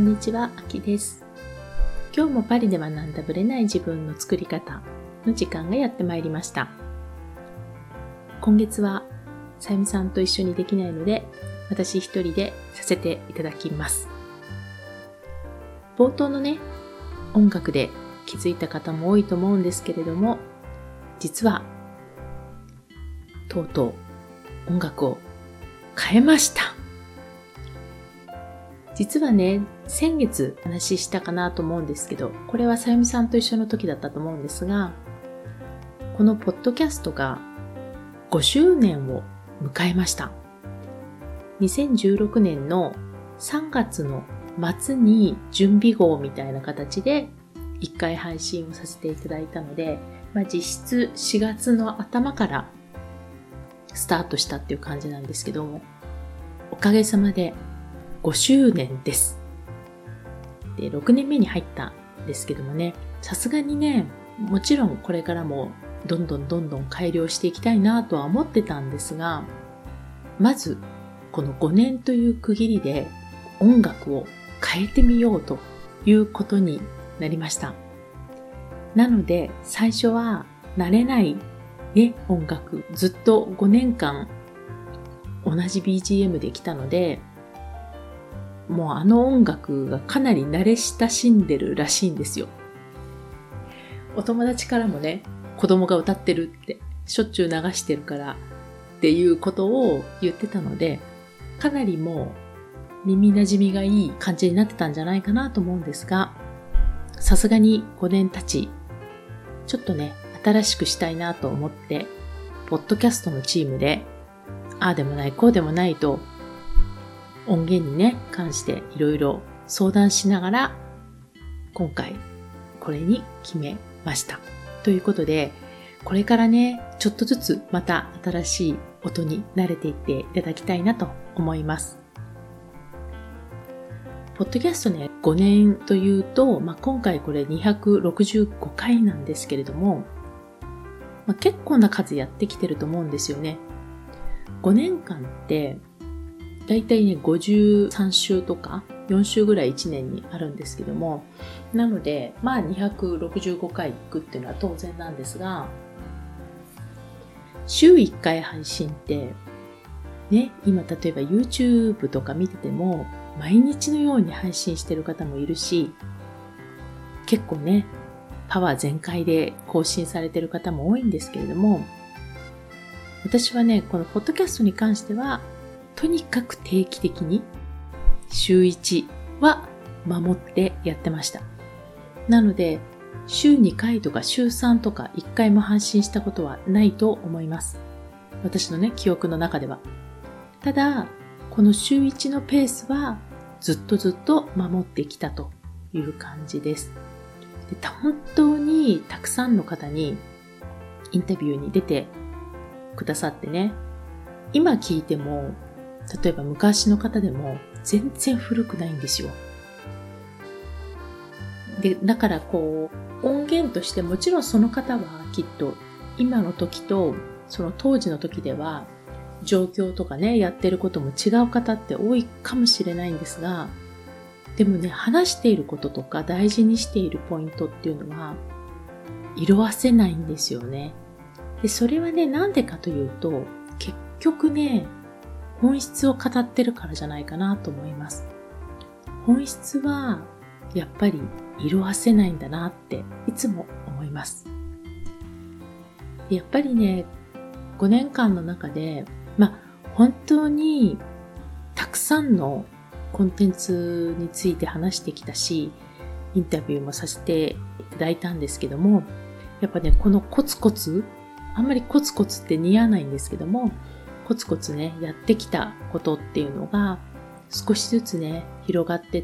にちは、あきです。今日もパリで学んだブレない自分の作り方の時間がやってまいりました。今月はさゆみさんと一緒にできないので、私一人でさせていただきます。冒頭のね、音楽で気づいた方も多いと思うんですけれども、実はとうとう音楽を変えました。実はね、先月話したかなと思うんですけど、これはさゆみさんと一緒の時だったと思うんですが、このポッドキャストが5周年を迎えました。2016年の3月の末に準備号みたいな形で1回配信をさせていただいたので、実質4月の頭からスタートしたっていう感じなんですけども、おかげさまで5周年です。で、6年目に入ったんですけどもね、さすがにね、もちろんこれからもどんどん改良していきたいなとは思ってたんですが、まずこの5年という区切りで音楽を変えてみようということになりました。なので最初は慣れないね、音楽、ずっと5年間同じ BGM で来たので、もうあの音楽がかなり慣れ親しんでるらしいんですよ。お友達からもね、子供が歌ってるってしょっちゅう流してるからっていうことを言ってたので、かなりもう耳馴染みがいい感じになってたんじゃないかなと思うんですが、さすがに5年経ち、ちょっとね、新しくしたいなと思って、ポッドキャストのチームで、ああでもない、こうでもないと、音源にね、関していろいろ相談しながら、今回これに決めました。ということで、これからね、ちょっとずつまた新しい音に慣れていっていただきたいなと思います。ポッドキャストね、5年というと、今回これ265回なんですけれども、結構な数やってきてると思うんですよね。5年間って、だいたいね、53週とか4週ぐらい1年にあるんですけども、なので、265回行くっていうのは当然なんですが、週1回配信って、ね、今例えば YouTube とか見てても、毎日のように配信してる方もいるし、結構ね、パワー全開で更新されてる方も多いんですけれども、私はね、このポッドキャストに関しては、とにかく定期的に週1は守ってやってました。なので、週2回とか週3とか1回も配信したことはないと思います。私のね、記憶の中では。ただ、この週1のペースはずっと守ってきたという感じです。で、本当にたくさんの方にインタビューに出てくださってね、今聞いても、例えば昔の方でも全然古くないんですよ。で、だから音源としてもちろんその方はきっと今の時とその当時の時では状況とかね、やってることも違う方って多いかもしれないんですが、でもね、話していることとか大事にしているポイントっていうのは色褪せないんですよね。で、それはね、なんでかというと、結局ね、本質を語ってるからじゃないかなと思います。本質はやっぱり色褪せないんだなっていつも思います。やっぱりね、5年間の中で、本当にたくさんのコンテンツについて話してきたし、インタビューもさせていただいたんですけども、やっぱね、このコツコツ、あんまりコツコツって似合わないんですけども、コツコツね、やってきたことっていうのが少しずつね、広がってって、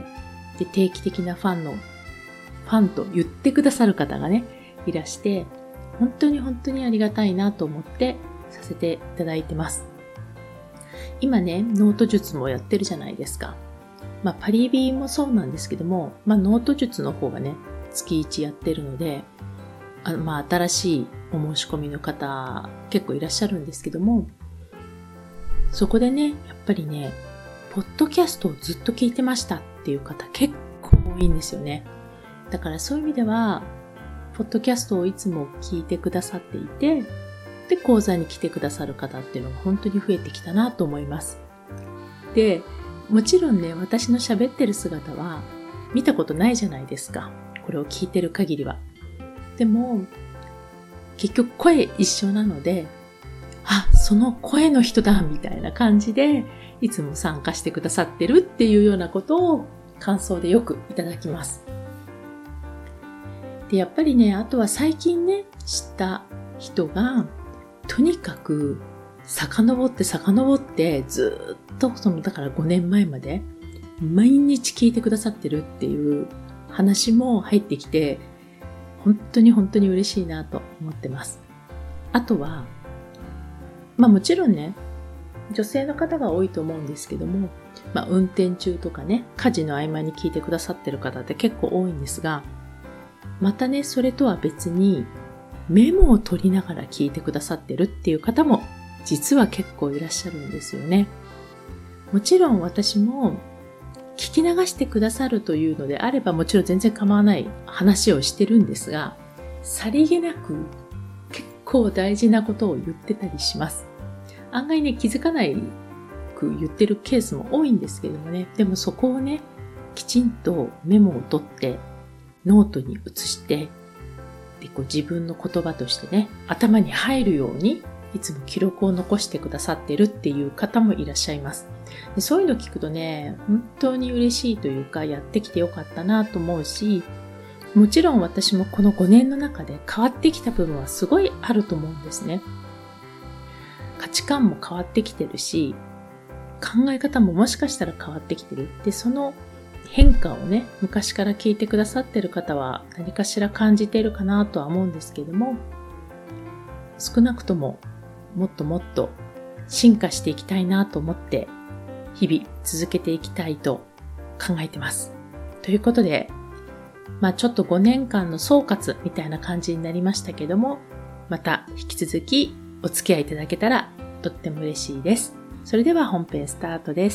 で、定期的なファンと言ってくださる方がね、いらして、本当にありがたいなと思ってさせていただいてます。今ね、ノート術もやってるじゃないですか。パリビもそうなんですけども、ノート術の方がね、月1やってるので、新しいお申し込みの方結構いらっしゃるんですけども、そこでね、やっぱりね、ポッドキャストをずっと聞いてましたっっていう方結構多いんですよね。だからそういう意味では、ポッドキャストをいつも聞いてくださっていて、で、講座に来てくださる方っていうのが本当に増えてきたなと思います。で、もちろんね、私の喋ってる姿は見たことないじゃないですか。これを聞いてる限りは。でも、結局声一緒なので、あ、その声の人だみたいな感じで、いつも参加してくださってるっていうようなことを感想でよくいただきます。で、やっぱりね、あとは最近ね、知った人が、とにかく遡ってずっとだから5年前まで毎日聞いてくださってるっていう話も入ってきて、本当に嬉しいなと思ってます。あとは、もちろんね、女性の方が多いと思うんですけども、運転中とかね、家事の合間に聞いてくださってる方って結構多いんですが、またね、それとは別にメモを取りながら聞いてくださってるっていう方も実は結構いらっしゃるんですよね。もちろん私も聞き流してくださるというのであればもちろん全然構わない話をしてるんですが、さりげなく結構大事なことを言ってたりします。案外ね、気づかないく言ってるケースも多いんですけれどもね、でもそこをね、きちんとメモを取ってノートに移して、で自分の言葉としてね、頭に入るようにいつも記録を残してくださってるっていう方もいらっしゃいます。でそういうの聞くとね、本当に嬉しいというか、やってきてよかったなと思うし、もちろん私もこの5年の中で変わってきた部分はすごいあると思うんですね。価値観も変わってきてるし、考え方ももしかしたら変わってきてる。で、その変化をね、昔から聞いてくださってる方は何かしら感じているかなとは思うんですけども、少なくとももっともっと進化していきたいなと思って日々続けていきたいと考えてます。ということで、ちょっと5年間の総括みたいな感じになりましたけども、また引き続きお付き合いいただけたらとっても嬉しいです。それでは本編スタートです。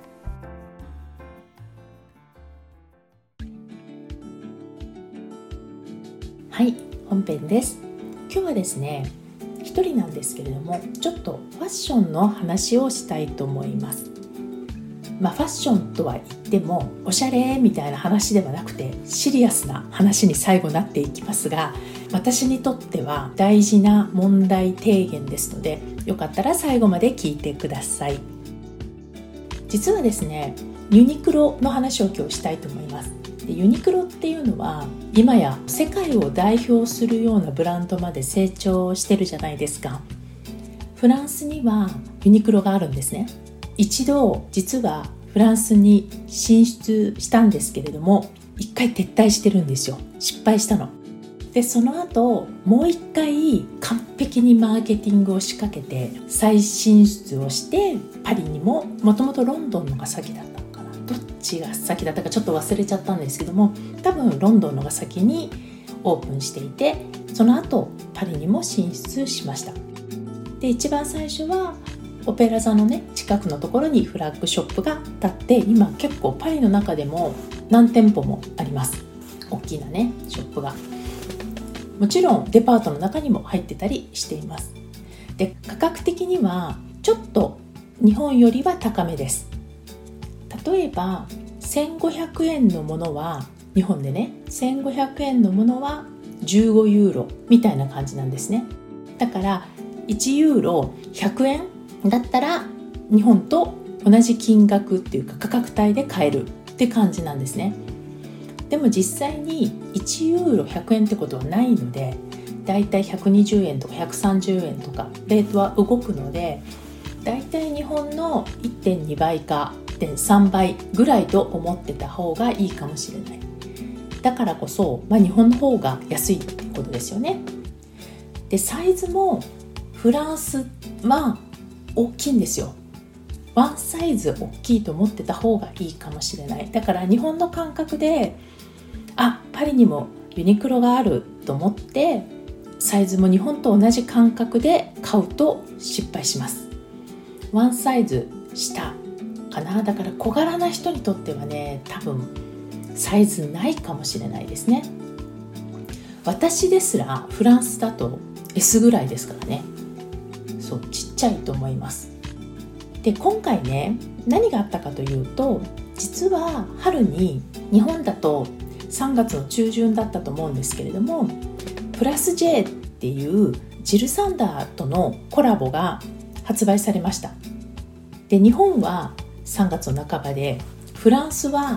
はい、本編です。今日はですね、一人なんですけれども、ちょっとファッションの話をしたいと思います。ファッションとは言ってもおしゃれみたいな話ではなくて、シリアスな話に最後なっていきますが、私にとっては大事な問題提言ですので、よかったら最後まで聞いてください。実はですね、ユニクロの話を今日したいと思います。でユニクロっていうのは今や世界を代表するようなブランドまで成長してるじゃないですか。フランスにはユニクロがあるんですね。一度実はフランスに進出したんですけれども、一回撤退してるんですよ。失敗したの。でその後もう一回完璧にマーケティングを仕掛けて再進出をして、パリにももともとロンドンのが先だったのかな、どっちが先だったかちょっと忘れちゃったんですけども、多分ロンドンのが先にオープンしていて、その後パリにも進出しました。で一番最初はオペラ座のね近くのところにフラッグショップが立って、今結構パリの中でも何店舗もあります。大きなねショップが。もちろんデパートの中にも入ってたりしています。で価格的にはちょっと日本よりは高めです。例えば1500円のものは、日本でね1500円のものは15ユーロみたいな感じなんですね。だから1ユーロ100円だったら日本と同じ金額っていうか価格帯で買えるって感じなんですね。でも実際に1ユーロ100円ってことはないので、だいたい120円とか130円とかレートは動くので、だいたい日本の 1.2 倍か 1.3 倍ぐらいと思ってた方がいいかもしれない。だからこそ、日本の方が安いってことですよね。でサイズもフランスは大きいんですよ。ワンサイズ大きいと思ってた方がいいかもしれない。だから日本の感覚で、パリにもユニクロがあると思ってサイズも日本と同じ感覚で買うと失敗します。ワンサイズ下かな。だから小柄な人にとってはね、多分サイズないかもしれないですね。私ですらフランスだと S ぐらいですからね。そう、ちっちゃいと思います。で、今回ね、何があったかというと、実は春に日本だと3月の中旬だったと思うんですけれども、プラス J っていうジル・サンダーとのコラボが発売されました。で、日本は3月の半ばで、フランスは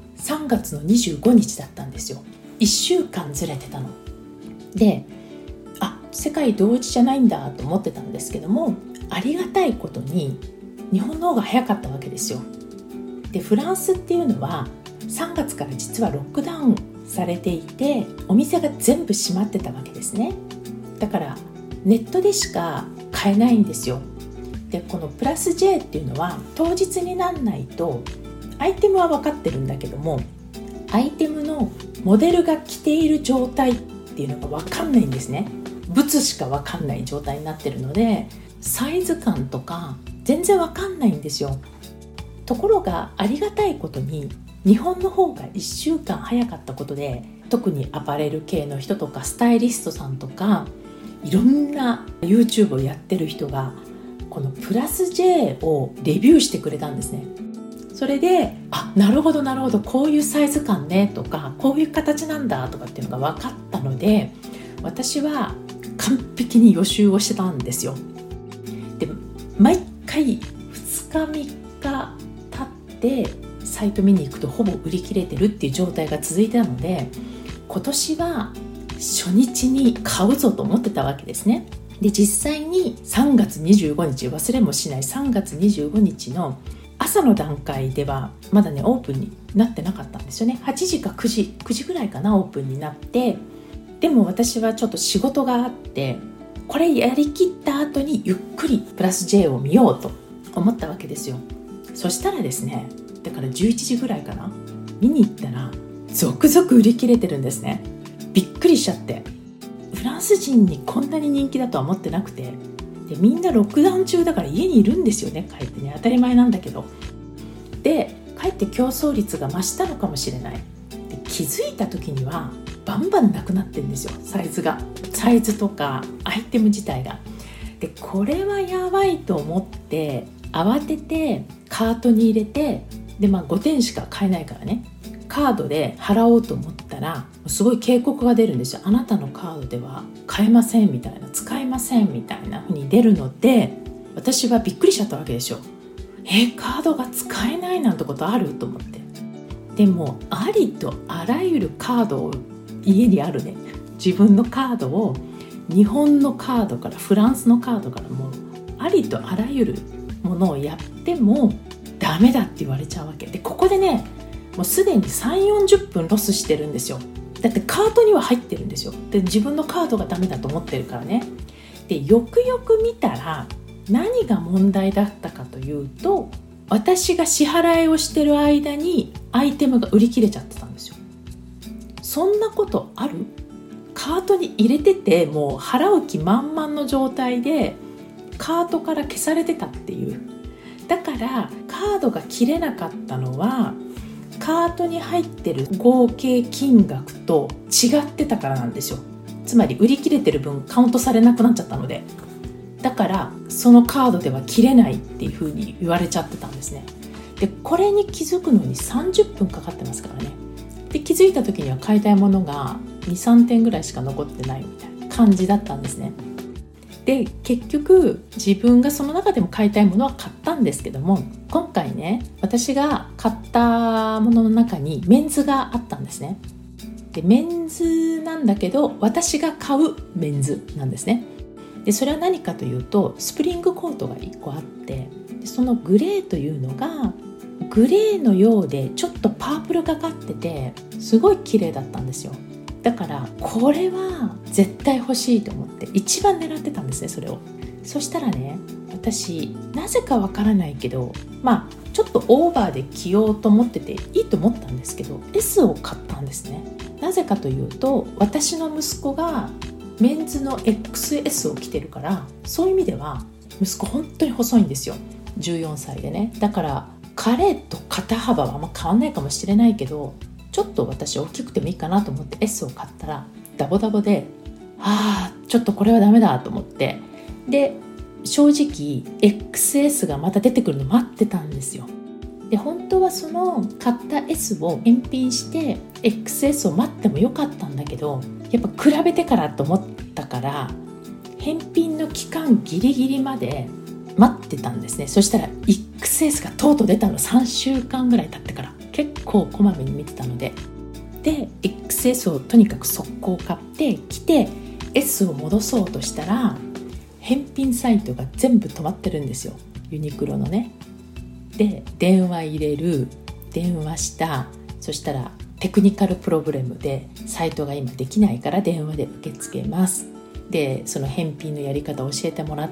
3月の25日だったんですよ。1週間ずれてたので、世界同時じゃないんだと思ってたんですけども、ありがたいことに日本の方が早かったわけですよ。で、フランスっていうのは3月から実はロックダウンされていて、お店が全部閉まってたわけですね。だからネットでしか買えないんですよ。で、このプラス J っていうのは当日になんないと、アイテムは分かってるんだけども、アイテムのモデルが着ている状態っていうのが分かんないんですね。物しか分かんない状態になってるので、サイズ感とか全然分かんないんですよ。ところがありがたいことに、日本の方が1週間早かったことで、特にアパレル系の人とかスタイリストさんとか、いろんな YouTube をやってる人がこのプラス J をレビューしてくれたんですね。それで、なるほどなるほど、こういうサイズ感ねとか、こういう形なんだとかっていうのが分かったので、私は完璧に予習をしてたんですよ。で、毎回2日3日経ってサイト見に行くとほぼ売り切れてるっていう状態が続いてたので、今年は初日に買うぞと思ってたわけですね。で、実際に3月25日、忘れもしない3月25日の朝の段階ではまだね、オープンになってなかったんですよね。8時か9時ぐらいかな、オープンになって。でも私はちょっと仕事があって、これやりきった後にゆっくりプラス J を見ようと思ったわけですよ。そしたらですね、だから11時ぐらいかな、見に行ったら続々売り切れてるんですね。びっくりしちゃって、フランス人にこんなに人気だとは思ってなくて、で、みんなロックダウン中だから家にいるんですよね、帰ってね、当たり前なんだけど。で、帰って競争率が増したのかもしれない。で、気づいた時にはバンバンなくなってるんですよ、サイズとかアイテム自体が。で、これはやばいと思って慌ててカートに入れて、で、5点しか買えないからね、カードで払おうと思ったら、すごい警告が出るんですよ。あなたのカードでは買えませんみたいな、使えませんみたいな風に出るので、私はびっくりしちゃったわけですよ。カードが使えないなんてことあると思って。でもありとあらゆるカードを家にあるね、自分のカードを、日本のカードからフランスのカードからもありとあらゆるものをやってもダメだって言われちゃうわけで、ここでね、もうすでに 3,40 分ロスしてるんですよ。だってカートには入ってるんですよ。で、自分のカードがダメだと思ってるからね。で、よくよく見たら何が問題だったかというと、私が支払いをしてる間にアイテムが売り切れちゃってたんですよ。そんなことある？カートに入れてて、もう払う気満々の状態でカートから消されてたっていう。だからカードが切れなかったのは、カートに入ってる合計金額と違ってたからなんですよ。つまり売り切れてる分カウントされなくなっちゃったので、だからそのカードでは切れないっていう風に言われちゃってたんですね。で、これに気づくのに30分かかってますからね。で、気づいた時には買いたいものが 2,3 点ぐらいしか残ってないみたいな感じだったんですね。で、結局自分がその中でも買いたいものは買ったんですけども、今回ね、私が買ったものの中にメンズがあったんですね。で、メンズなんだけど、私が買うメンズなんですね。で、それは何かというと、スプリングコートが1個あって、で、そのグレーというのがグレーのようでちょっとパープルがかってて、すごい綺麗だったんですよ。だからこれは絶対欲しいと思って一番狙ってたんですね、それを。そしたらね、私なぜかわからないけど、ちょっとオーバーで着ようと思ってていいと思ったんですけど、 S を買ったんですね。なぜかというと、私の息子がメンズの XS を着てるから、そういう意味では息子本当に細いんですよ。14歳でね。だから彼と肩幅はあんま変わんないかもしれないけど、ちょっと私大きくてもいいかなと思って S を買ったらダボダボで、ちょっとこれはダメだと思って、で正直 XS がまた出てくるの待ってたんですよ。で本当はその買った S を返品して XS を待ってもよかったんだけど、やっぱ比べてからと思ったから返品の期間ギリギリまで待ってたんですね。そしたら XS がとうとう出たの3週間ぐらい経ってから、結構こまめに見てたので、XS をとにかく速攻買ってきて S を戻そうとしたら返品サイトが全部止まってるんですよ、ユニクロのね。で電話入れる、電話した、そしたらテクニカルプロブレムでサイトが今できないから電話で受け付けます。でその返品のやり方を教えてもらって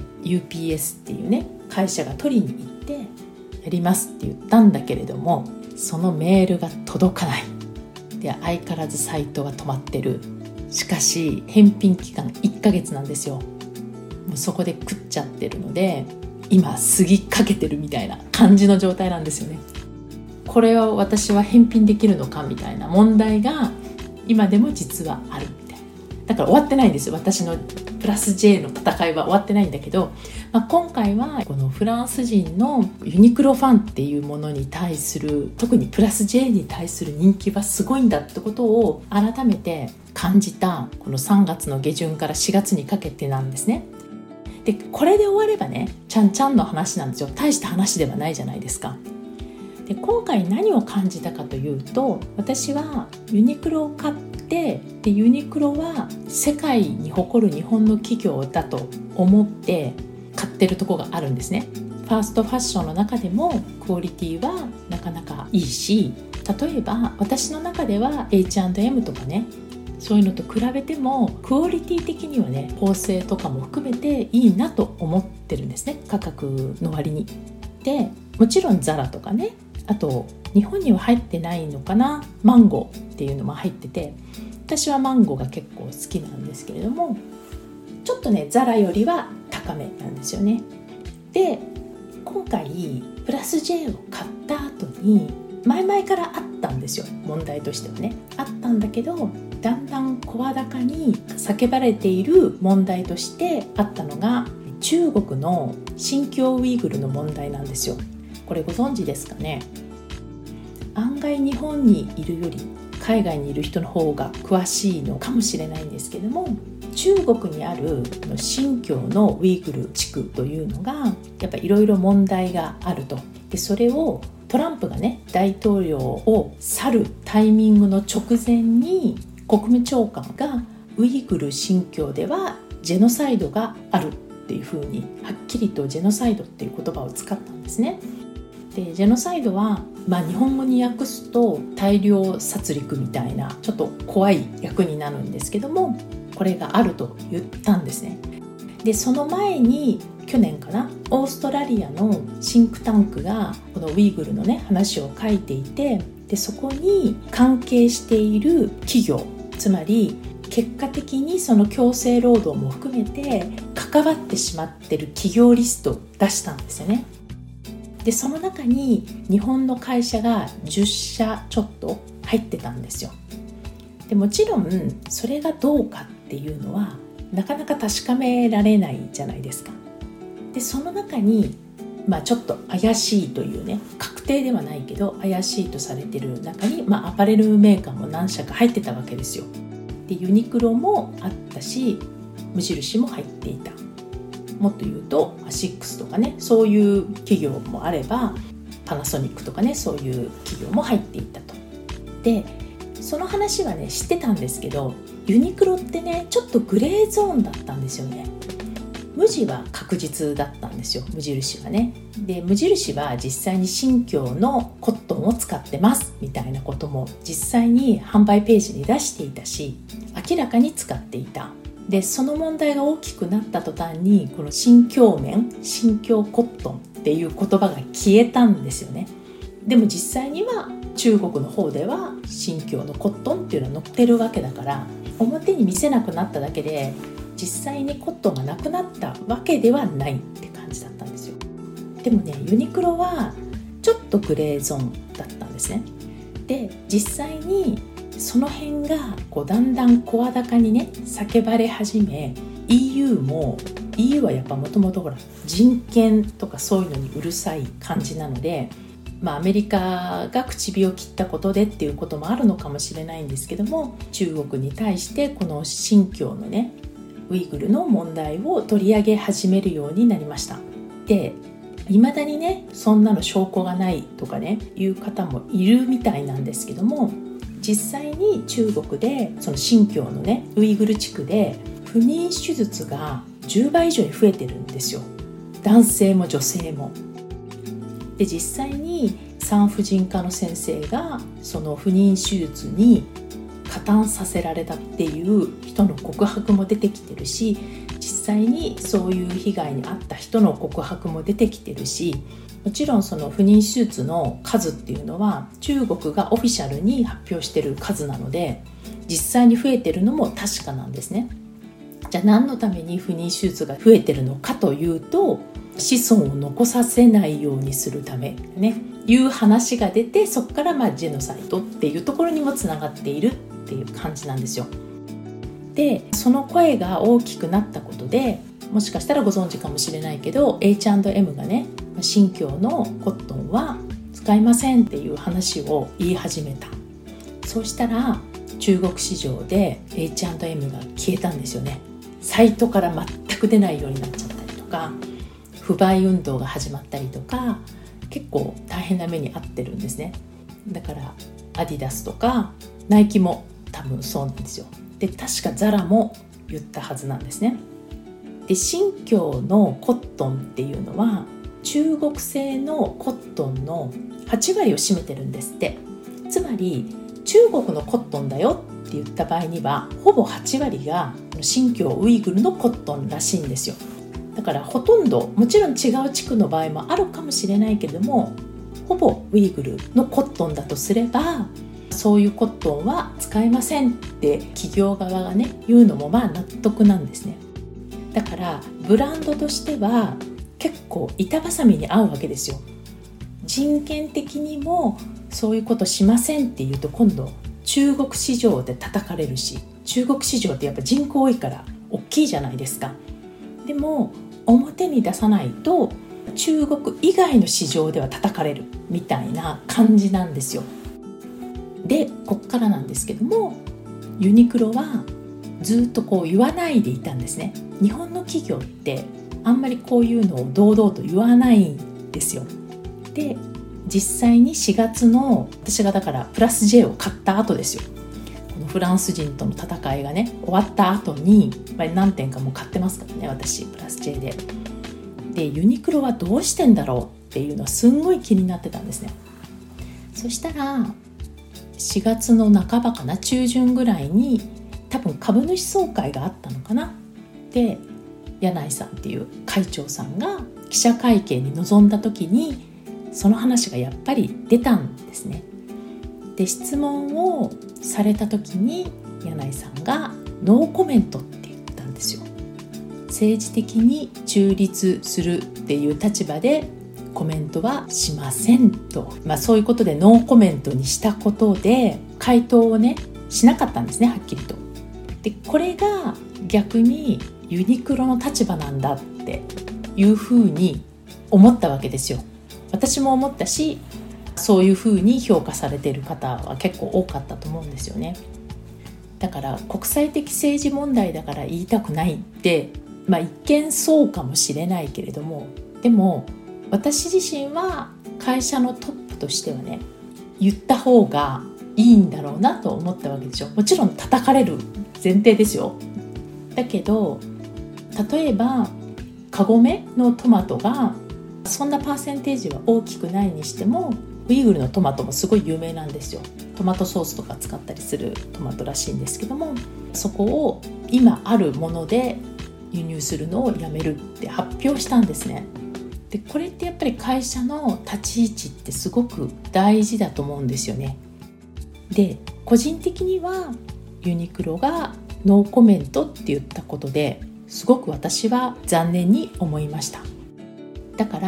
UPS っていうね会社が取りに行ってやりますって言ったんだけれども、そのメールが届かない。で相変わらずサイトが止まってる。しかし返品期間1ヶ月なんですよ。もうそこで食っちゃってるので今過ぎかけてるみたいな感じの状態なんですよね。これは私は返品できるのかみたいな問題が今でも実はあるみたいな。だから終わってないんですよ、私のプラス J の戦いは終わってないんだけど、今回はこのフランス人のユニクロファンっていうものに対する、特にプラス J に対する人気はすごいんだってことを改めて感じたこの3月の下旬から4月にかけてなんですね。でこれで終わればねちゃんちゃんの話なんですよ。大した話ではないじゃないですか。で今回何を感じたかというと、私はユニクロを買って、でユニクロは世界に誇る日本の企業だと思って買ってるところがあるんですね。ファーストファッションの中でもクオリティはなかなかいいし、例えば私の中では H&M とかね、そういうのと比べてもクオリティ的にはね縫製とかも含めていいなと思ってるんですね、価格の割に。でもちろんザラとかね、あと日本には入ってないのかな、マンゴーっていうのも入ってて、私はマンゴーが結構好きなんですけれども、ちょっとねザラよりは高めなんですよね。で今回プラス J を買った後に前々からあったんですよ、問題としてはねあったんだけど、だんだん声高に叫ばれている問題としてあったのが中国の新疆ウイグルの問題なんですよ。これご存知ですかね。案外日本にいるより海外にいる人の方が詳しいのかもしれないんですけども、中国にある新疆のウイグル地区というのがやっぱりいろいろ問題があると。でそれをトランプがね大統領を去るタイミングの直前に国務長官がウイグル新疆ではジェノサイドがあるっていうふうにはっきりとジェノサイドっていう言葉を使ったんですね。でジェノサイドは、日本語に訳すと大量殺戮みたいなちょっと怖い訳になるんですけども、これがあると言ったんですね。でその前に去年かな、オーストラリアのシンクタンクがこのウイグルのね話を書いていて、でそこに関係している企業、つまり結果的にその強制労働も含めて関わってしまっている企業リストを出したんですよね。でその中に日本の会社が10社ちょっと入ってたんですよ。でもちろんそれがどうかっていうのはなかなか確かめられないじゃないですか。でその中に、ちょっと怪しいというね、確定ではないけど怪しいとされている中に、アパレルメーカーも何社か入ってたわけですよ。でユニクロもあったし、無印も入っていた。もっと言うとアシックスとかね、そういう企業もあればパナソニックとかね、そういう企業も入っていたと。でその話はね知ってたんですけど、ユニクロってねちょっとグレーゾーンだったんですよね。無地は確実だったんですよ、無印はね。で無印は実際に新疆のコットンを使ってますみたいなことも実際に販売ページに出していたし、明らかに使っていた。でその問題が大きくなった途端にこの新疆綿、新疆コットンっていう言葉が消えたんですよね。でも実際には中国の方では新疆のコットンっていうのは載ってるわけだから、表に見せなくなっただけで実際にコットンがなくなったわけではないって感じだったんですよ。でもねユニクロはちょっとグレーゾーンだったんですね。で、実際にその辺がだんだん声高にね叫ばれ始め、 EU はやっぱもともと人権とかそういうのにうるさい感じなので、アメリカが口火を切ったことでっていうこともあるのかもしれないんですけども、中国に対してこの新疆のねウイグルの問題を取り上げ始めるようになりました。で、未だにねそんなの証拠がないとかねいう方もいるみたいなんですけども、実際に中国でその新疆のねウイグル地区で不妊手術が10倍以上に増えてるんですよ。男性も女性も。で、実際に産婦人科の先生がその不妊手術に加担させられたっていう人の告白も出てきてるし、実際にそういう被害に遭った人の告白も出てきてるし、もちろんその不妊手術の数っていうのは中国がオフィシャルに発表してる数なので、実際に増えてるのも確かなんですね。じゃあ何のために不妊手術が増えてるのかというと、子孫を残させないようにするためねいう話が出て、そこからジェノサイドっていうところにもつながっているっていう感じなんですよ。で、その声が大きくなったことで、もしかしたらご存知かもしれないけど H&M がね新疆のコットンは使いませんっていう話を言い始めた。そうしたら中国市場で H&M が消えたんですよね。サイトから全く出ないようになっちゃったりとか、不買運動が始まったりとか、結構大変な目に遭ってるんですね。だからアディダスとかナイキも多分そうなんですよ。で、確かザラも言ったはずなんですね。で、新疆のコットンっていうのは中国製のコットンの8割を占めてるんですって。つまり中国のコットンだよって言った場合にはほぼ8割が新疆ウイグルのコットンらしいんですよ。だからほとんど、もちろん違う地区の場合もあるかもしれないけども、ほぼウイグルのコットンだとすれば、そういうコットンは使えませんって企業側がね言うのも納得なんですね。だからブランドとしては結構板挟みに合うわけですよ。人権的にもそういうことしませんっていうと、今度中国市場で叩かれるし、中国市場ってやっぱ人口多いから大きいじゃないですか。でも表に出さないと中国以外の市場では叩かれるみたいな感じなんですよ。で、こっからなんですけども、ユニクロはずっと言わないでいたんですね。日本の企業ってあんまりこういうのを堂々と言わないんですよ。で、実際に4月の私がだからプラス J を買った後ですよ。このフランス人との戦いがね終わった後に、何点かもう買ってますからね、私プラス J で。で、ユニクロはどうしてんだろうっていうのはすんごい気になってたんですね。そしたら4月の半ばかな、中旬ぐらいに多分株主総会があったのかな。で、柳井さんっていう会長さんが記者会見に臨んだ時にその話がやっぱり出たんですね。で、質問をされた時に柳井さんがノーコメントって言ったんですよ。政治的に中立するっていう立場でコメントはしませんと、そういうことでノーコメントにしたことで回答をねしなかったんですね、はっきりと。で、これが逆にユニクロの立場なんだっていうふうに思ったわけですよ。私も思ったし、そういうふうに評価されている方は結構多かったと思うんですよね。だから国際的政治問題だから言いたくないって、一見そうかもしれないけれども、でも私自身は会社のトップとしてはね言った方がいいんだろうなと思ったわけでしょ。もちろん叩かれる前提ですよ。だけど例えばカゴメのトマトがそんなパーセンテージは大きくないにしても、ウイグルのトマトもすごい有名なんですよ。トマトソースとか使ったりするトマトらしいんですけども、そこを今あるもので輸入するのをやめるって発表したんですね。で、これってやっぱり会社の立ち位置ってすごく大事だと思うんですよね。で、個人的にはユニクロがノーコメントって言ったことですごく私は残念に思いました。だから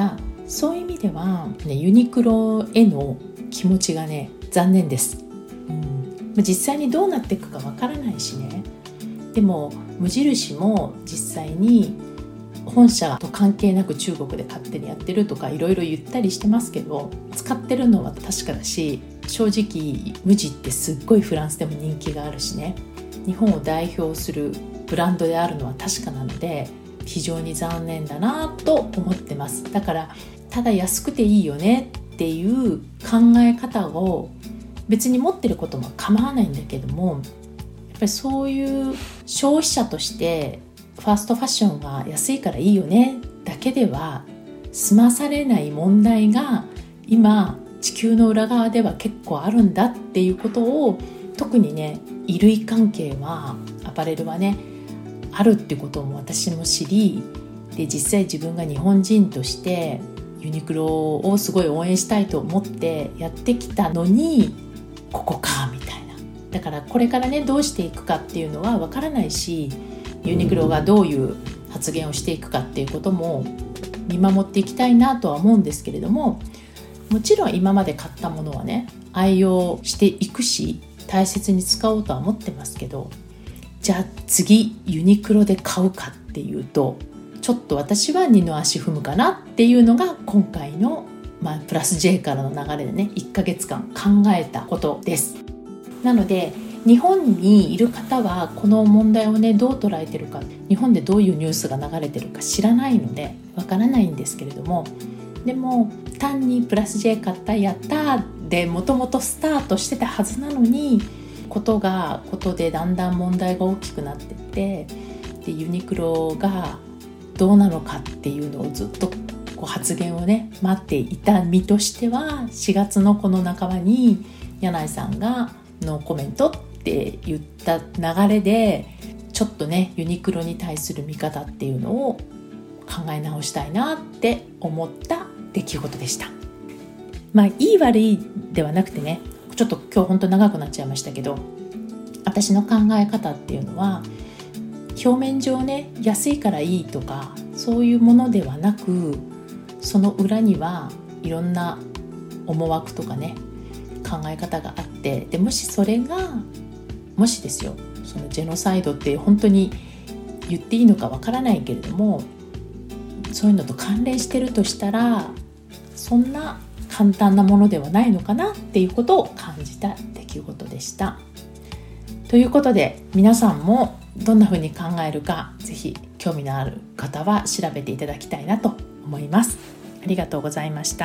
そういう意味では、ね、ユニクロへの気持ちがね残念です、実際にどうなっていくかわからないしね。でも無印も実際に本社と関係なく中国で勝手にやってるとかいろいろ言ったりしてますけど、使ってるのは確かだし、正直無地ってすっごいフランスでも人気があるしね、日本を代表するブランドであるのは確かなので、非常に残念だなと思ってます。だからただ安くていいよねっていう考え方を別に持ってることも構わないんだけども、やっぱりそういう消費者としてファーストファッションが安いからいいよねだけでは済まされない問題が今地球の裏側では結構あるんだっていうことを、特にね衣類関係はアパレルはねあるっていうことも私も知り、で実際自分が日本人としてユニクロをすごい応援したいと思ってやってきたのに、ここかみたいな。だからこれからねどうしていくかっていうのはわからないし、ユニクロがどういう発言をしていくかっていうことも見守っていきたいなとは思うんですけれども、もちろん今まで買ったものはね愛用していくし大切に使おうとは思ってますけど、じゃあ次ユニクロで買うかっていうとちょっと私は二の足踏むかなっていうのが今回の、プラス J からの流れでね1ヶ月間考えたことです。なので日本にいる方はこの問題をねどう捉えてるか、日本でどういうニュースが流れてるか知らないのでわからないんですけれども、でも単にプラス J 買ったやったでもともとスタートしてたはずなのに、ことでだんだん問題が大きくなっていって、でユニクロがどうなのかっていうのをずっと発言をね待っていた身としては、4月のこの半ばに柳井さんがのコメントって言った流れで、ちょっとねユニクロに対する見方っていうのを考え直したいなって思った出来事でした。いい悪いではなくてね、ちょっと今日本当長くなっちゃいましたけど、私の考え方っていうのは表面上ね安いからいいとかそういうものではなく、その裏にはいろんな思惑とかね考え方があって、でもしそれがもしですよ、そのジェノサイドって本当に言っていいのかわからないけれども、そういうのと関連してるとしたらそんな簡単なものではないのかなっていうことを感じた出来事でした。ということで皆さんもどんなふうに考えるか、ぜひ興味のある方は調べていただきたいなと思います。ありがとうございました。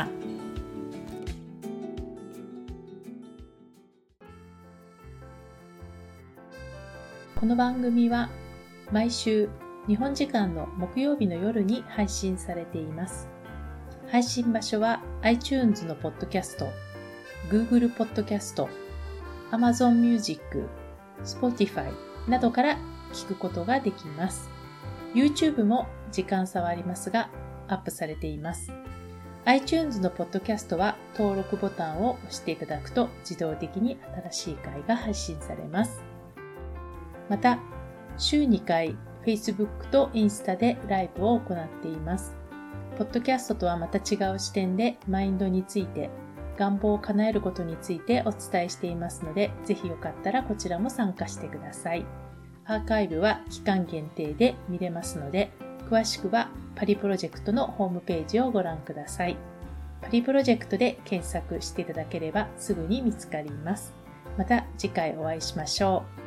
この番組は毎週日本時間の木曜日の夜に配信されています。配信場所は iTunes のポッドキャスト、Google ポッドキャスト、Amazon Music、Spotify などから聞くことができます。YouTube も時間差はありますがアップされています。iTunes のポッドキャストは登録ボタンを押していただくと自動的に新しい回が配信されます。また、週2回 Facebook とインスタでライブを行っています。ポッドキャストとはまた違う視点でマインドについて、願望を叶えることについてお伝えしていますので、ぜひよかったらこちらも参加してください。アーカイブは期間限定で見れますので、詳しくはパリプロジェクトのホームページをご覧ください。パリプロジェクトで検索していただければすぐに見つかります。また次回お会いしましょう。